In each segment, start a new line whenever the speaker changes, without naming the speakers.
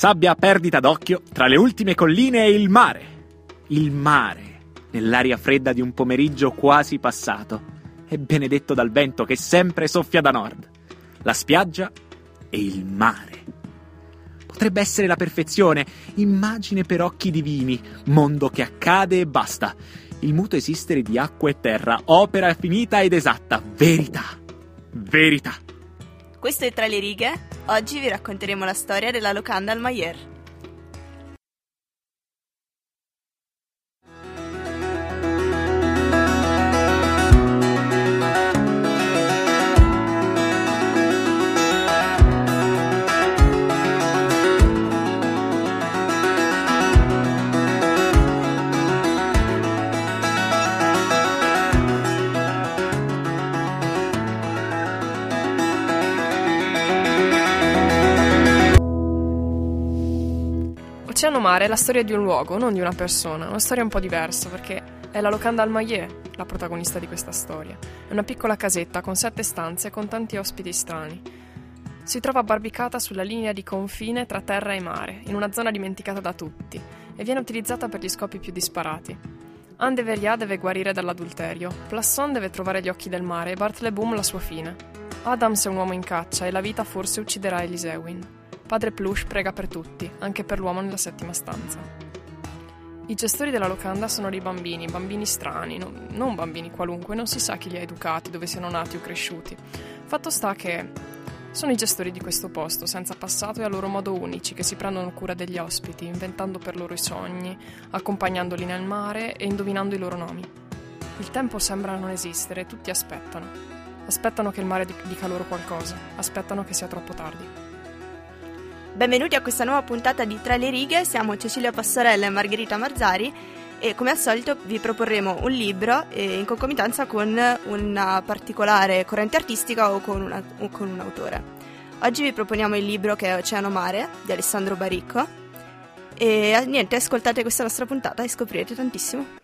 Sabbia a perdita d'occhio tra le ultime colline e il mare. Il mare, nell'aria fredda di un pomeriggio quasi passato, è benedetto dal vento che sempre soffia da nord. La spiaggia e il mare. Potrebbe essere la perfezione, immagine per occhi divini, mondo che accade e basta. Il muto esistere di acqua e terra, opera finita ed esatta, verità. Verità.
Questo è Tra le righe. Oggi vi racconteremo la storia della locanda al Mayer.
Oceano Mare è la storia di un luogo, non di una persona, una storia un po' diversa perché è la locanda al Mayer la protagonista di questa storia. È una piccola casetta con 7 stanze con tanti ospiti strani. Si trova abbarbicata sulla linea di confine tra terra e mare, in una zona dimenticata da tutti, e viene utilizzata per gli scopi più disparati. Anne de Veria deve guarire dall'adulterio, Plasson deve trovare gli occhi del mare e Bartlebum la sua fine. Adams è un uomo in caccia e la vita forse ucciderà Elisewin. Padre Plush prega per tutti, anche per l'uomo nella 7ª stanza. I gestori della locanda sono dei bambini strani, non bambini qualunque, non si sa chi li ha educati, dove siano nati o cresciuti. Fatto sta che sono i gestori di questo posto, senza passato e a loro modo unici, che si prendono cura degli ospiti, inventando per loro i sogni, accompagnandoli nel mare e indovinando i loro nomi. Il tempo sembra non esistere, tutti aspettano. Aspettano che il mare dica loro qualcosa, aspettano che sia troppo tardi.
Benvenuti a questa nuova puntata di Tra le righe, siamo Cecilia Passorella e Margherita Marzari e come al solito vi proporremo un libro in concomitanza con una particolare corrente artistica o con un autore. Oggi vi proponiamo il libro che è Oceano Mare di Alessandro Baricco e niente, ascoltate questa nostra puntata e scoprirete tantissimo.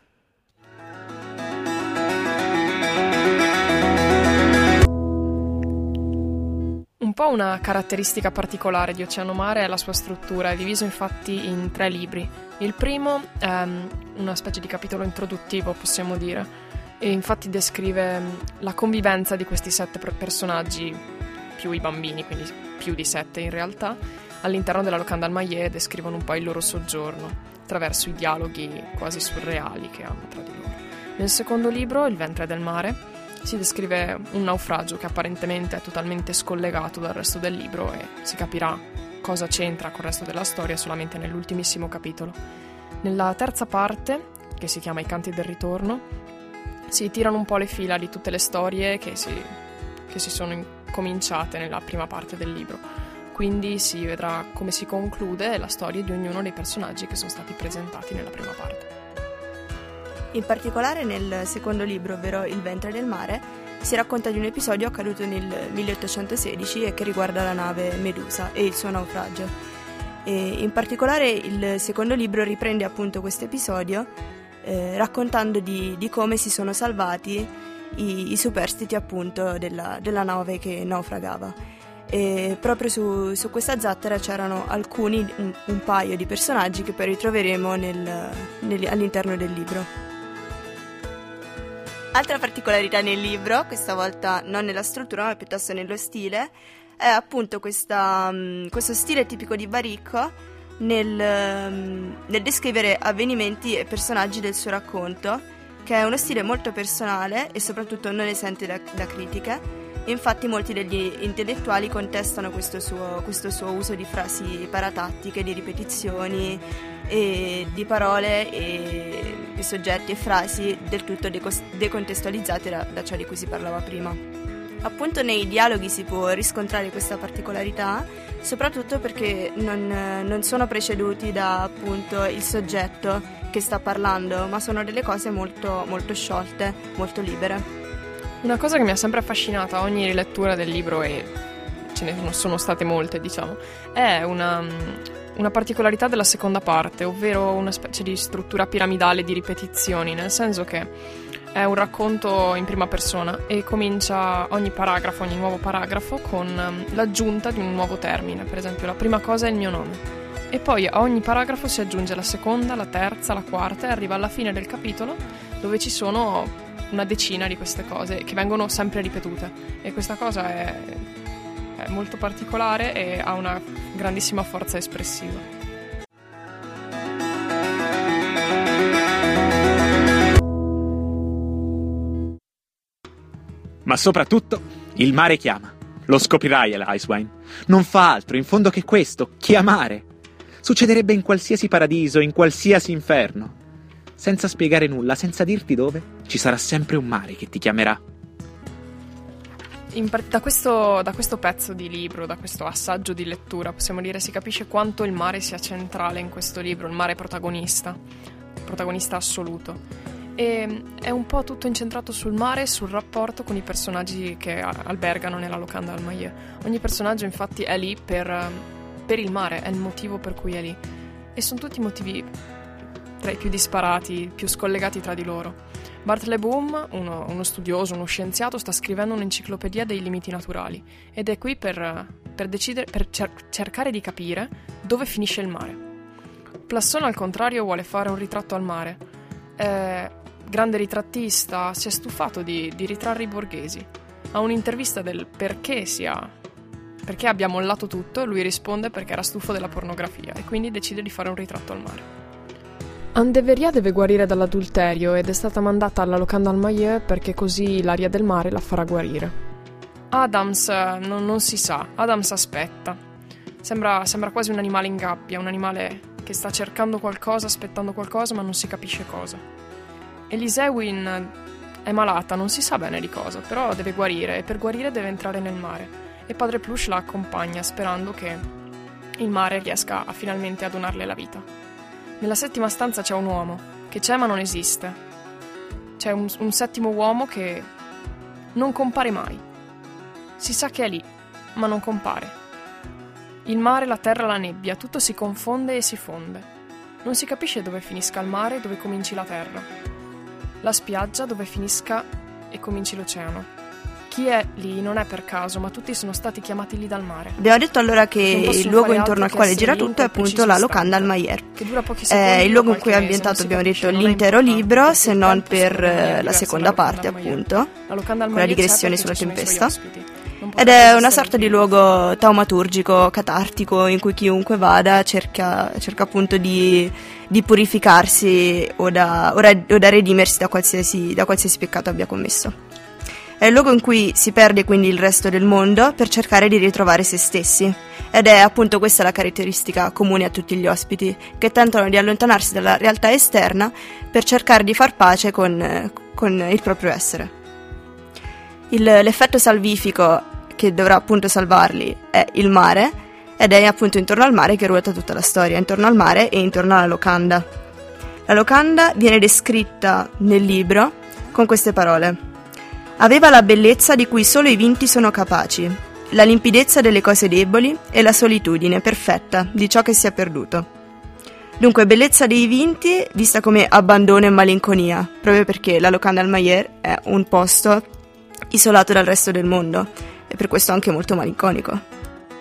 Un po' una caratteristica particolare di Oceano Mare è la sua struttura, è diviso infatti in 3 libri. Il primo è una specie di capitolo introduttivo, possiamo dire, e infatti descrive la convivenza di questi 7 personaggi, più i bambini, quindi più di 7 in realtà, all'interno della locanda al Mayer, descrivono un po' il loro soggiorno, attraverso i dialoghi quasi surreali che hanno tra di loro. Nel secondo libro, Il ventre del mare, si descrive un naufragio che apparentemente è totalmente scollegato dal resto del libro e si capirà cosa c'entra col resto della storia solamente nell'ultimissimo capitolo. Nella terza parte, che si chiama I canti del ritorno, si tirano un po' le fila di tutte le storie che si sono cominciate nella prima parte del libro. Quindi si vedrà come si conclude la storia di ognuno dei personaggi che sono stati presentati nella prima parte.
In particolare nel secondo libro, ovvero Il ventre del mare, si racconta di un episodio accaduto nel 1816 e che riguarda la nave Medusa e il suo naufragio. E in particolare il secondo libro riprende appunto questo episodio raccontando di come si sono salvati i superstiti appunto della nave che naufragava. E proprio su questa zattera c'erano un paio di personaggi che poi ritroveremo all'interno del libro. Altra particolarità nel libro, questa volta non nella struttura ma piuttosto nello stile, è appunto questo stile tipico di Baricco nel descrivere avvenimenti e personaggi del suo racconto, che è uno stile molto personale e soprattutto non esente da critiche. Infatti molti degli intellettuali contestano questo suo uso di frasi paratattiche, di ripetizioni e di parole e di soggetti e frasi del tutto decontestualizzate da ciò di cui si parlava prima. Appunto nei dialoghi si può riscontrare questa particolarità, soprattutto perché non sono preceduti da appunto il soggetto che sta parlando, ma sono delle cose molto, molto sciolte, molto libere.
Una cosa che mi ha sempre affascinata a ogni rilettura del libro, e ce ne sono state molte, diciamo, è una particolarità della seconda parte, ovvero una specie di struttura piramidale di ripetizioni, nel senso che è un racconto in prima persona e comincia ogni nuovo paragrafo con l'aggiunta di un nuovo termine. Per esempio, la prima cosa è il mio nome. E poi a ogni paragrafo si aggiunge la seconda, la terza, la quarta e arriva alla fine del capitolo dove ci sono una decina di queste cose che vengono sempre ripetute. E questa cosa è molto particolare e ha una grandissima forza espressiva.
Ma soprattutto, il mare chiama. Lo scoprirai, Eliswine. Non fa altro, in fondo, che questo, chiamare. Succederebbe in qualsiasi paradiso, in qualsiasi inferno. Senza spiegare nulla, senza dirti dove, ci sarà sempre un mare che ti chiamerà.
Da questo pezzo di libro, da questo assaggio di lettura, possiamo dire si capisce quanto il mare sia centrale in questo libro, il mare protagonista assoluto. E è un po' tutto incentrato sul mare e sul rapporto con i personaggi che albergano nella locanda al Maillet. Ogni personaggio infatti è lì per il mare, è il motivo per cui è lì. E sono tutti motivi tra i più disparati, più scollegati tra di loro. Bart LeBoom, uno studioso, uno scienziato, sta scrivendo un'enciclopedia dei limiti naturali ed è qui per cercare di capire dove finisce il mare. Plasson, al contrario, vuole fare un ritratto al mare. Grande ritrattista, si è stufato di ritrarre i borghesi. A un'intervista del perché abbia mollato tutto, lui risponde perché era stufo della pornografia e quindi decide di fare un ritratto al mare. Anne Deveria deve guarire dall'adulterio ed è stata mandata alla locanda al Maillet perché così l'aria del mare la farà guarire. Adams non si sa, Adams aspetta. Sembra quasi un animale in gabbia, un animale che sta cercando qualcosa, aspettando qualcosa, ma non si capisce cosa. Elise Ewing è malata, non si sa bene di cosa, però deve guarire e per guarire deve entrare nel mare. E padre Plush la accompagna sperando che il mare riesca finalmente a donarle la vita. Nella settima stanza c'è un uomo, che c'è ma non esiste. C'è un settimo uomo che non compare mai. Si sa che è lì, ma non compare. Il mare, la terra, la nebbia, tutto si confonde e si fonde. Non si capisce dove finisca il mare e dove cominci la terra. La spiaggia dove finisca e cominci l'oceano. Chi è lì non è per caso, ma tutti sono stati chiamati lì dal mare.
Abbiamo detto allora che il luogo intorno al quale gira tutto è appunto la locanda al Maillet. Il luogo in cui è ambientato, abbiamo detto, l'intero libro, se non per la seconda parte, appunto, quella digressione sulla tempesta. Ed è una sorta di luogo taumaturgico, catartico, in cui chiunque vada cerca appunto di purificarsi o da redimersi da qualsiasi peccato abbia commesso. È il luogo in cui si perde quindi il resto del mondo per cercare di ritrovare se stessi. Ed è appunto questa la caratteristica comune a tutti gli ospiti, che tentano di allontanarsi dalla realtà esterna per cercare di far pace con il proprio essere. L'effetto salvifico che dovrà appunto salvarli è il mare, ed è appunto intorno al mare che ruota tutta la storia, intorno al mare e intorno alla locanda. La locanda viene descritta nel libro con queste parole: aveva la bellezza di cui solo i vinti sono capaci, la limpidezza delle cose deboli e la solitudine perfetta di ciò che si è perduto. Dunque, bellezza dei vinti vista come abbandono e malinconia, proprio perché la locanda al Maillet è un posto isolato dal resto del mondo e per questo anche molto malinconico.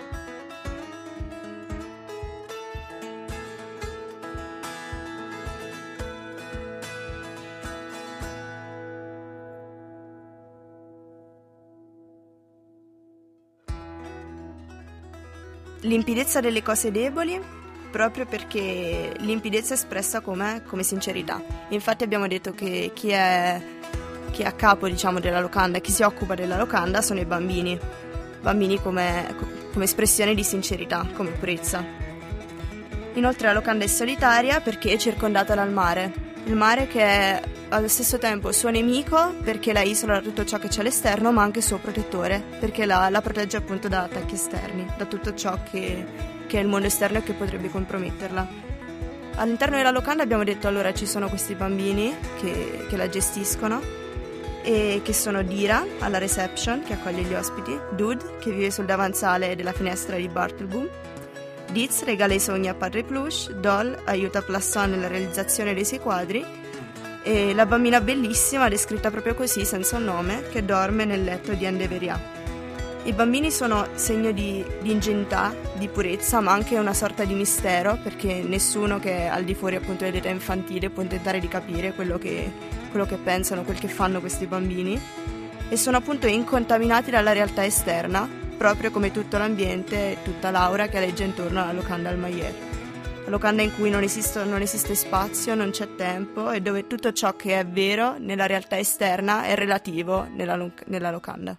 Limpidezza delle cose deboli, proprio perché limpidezza è espressa come sincerità. Infatti abbiamo detto che chi è a capo, diciamo, della locanda, chi si occupa della locanda sono i bambini come espressione di sincerità, come purezza. Inoltre la locanda è solitaria perché è circondata dal mare, il mare che è allo stesso tempo suo nemico perché la isola da tutto ciò che c'è all'esterno, ma anche suo protettore perché la protegge appunto da attacchi esterni, da tutto ciò che è il mondo esterno e che potrebbe comprometterla. All'interno della locanda abbiamo detto allora ci sono questi bambini che la gestiscono e che sono Dira alla reception che accoglie gli ospiti, Dude che vive sul davanzale della finestra di Bartleboom, Diz regala i sogni a padre Plush, Doll aiuta Plasson nella realizzazione dei suoi quadri e la bambina bellissima, descritta proprio così, senza un nome, che dorme nel letto di Anne Deveria. I bambini sono segno di ingenuità, di purezza, ma anche una sorta di mistero, perché nessuno che è al di fuori appunto dell'età infantile può tentare di capire quello che pensano, quel che fanno questi bambini, e sono appunto incontaminati dalla realtà esterna, proprio come tutto l'ambiente e tutta l'aura che aleggia intorno alla locanda Almayer. La locanda in cui non esiste spazio, non c'è tempo, e dove tutto ciò che è vero nella realtà esterna è relativo nella locanda.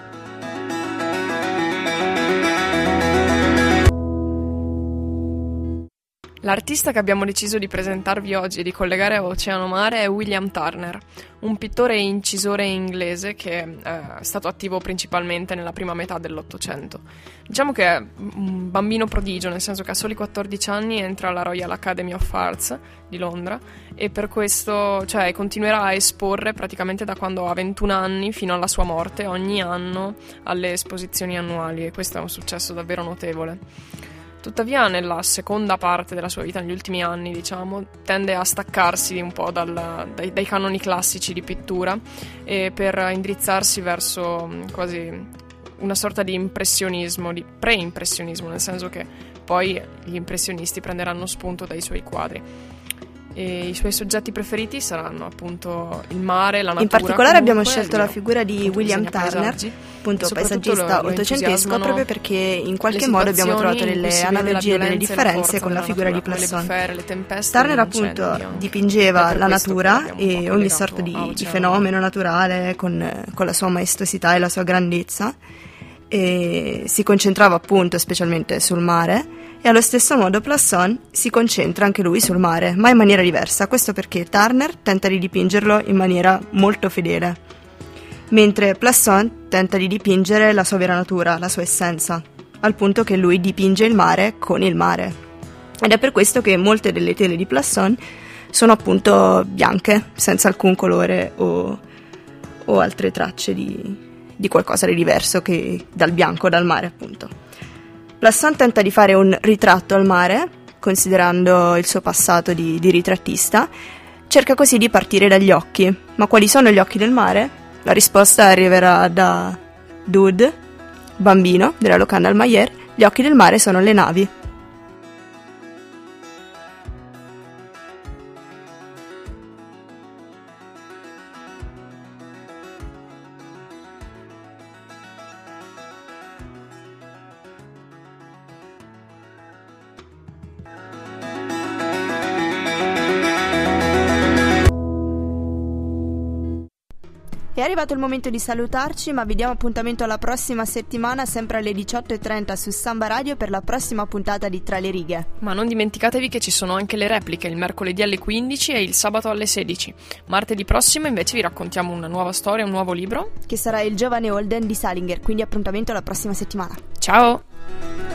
L'artista che abbiamo deciso di presentarvi oggi e di collegare a Oceano Mare è William Turner, un pittore e incisore inglese che è stato attivo principalmente nella prima metà dell'Ottocento. Diciamo che è un bambino prodigio, nel senso che a soli 14 anni entra alla Royal Academy of Arts di Londra e per questo continuerà a esporre praticamente da quando ha 21 anni fino alla sua morte ogni anno alle esposizioni annuali, e questo è un successo davvero notevole. Tuttavia, nella seconda parte della sua vita, negli ultimi anni, diciamo, tende a staccarsi un po' dai canoni classici di pittura e per indirizzarsi verso quasi una sorta di impressionismo, di pre-impressionismo, nel senso che poi gli impressionisti prenderanno spunto dai suoi quadri. E i suoi soggetti preferiti saranno appunto il mare, la natura.
In particolare abbiamo scelto la figura di William Turner, appunto paesaggista ottocentesco, proprio perché in qualche modo abbiamo trovato delle analogie e delle differenze con la figura di Plasson. Turner appunto dipingeva la natura e ogni sorta di fenomeno naturale con la sua maestosità e la sua grandezza, e si concentrava appunto specialmente sul mare. E allo stesso modo Plasson si concentra anche lui sul mare, ma in maniera diversa. Questo perché Turner tenta di dipingerlo in maniera molto fedele, mentre Plasson tenta di dipingere la sua vera natura, la sua essenza, al punto che lui dipinge il mare con il mare. Ed è per questo che molte delle tele di Plasson sono appunto bianche, senza alcun colore o altre tracce di qualcosa di diverso che dal bianco, dal mare appunto. Plasson tenta di fare un ritratto al mare, considerando il suo passato di ritrattista, cerca così di partire dagli occhi. Ma quali sono gli occhi del mare? La risposta arriverà da Dude, bambino della locanda Almayer. Gli occhi del mare sono le navi. È arrivato il momento di salutarci, ma vi diamo appuntamento alla prossima settimana, sempre alle 18:30 su Samba Radio per la prossima puntata di Tra le righe.
Ma non dimenticatevi che ci sono anche le repliche il mercoledì alle 15 e il sabato alle 16. Martedì prossimo invece vi raccontiamo una nuova storia, un nuovo libro,
che sarà Il giovane Holden di Salinger, quindi appuntamento alla prossima settimana.
Ciao!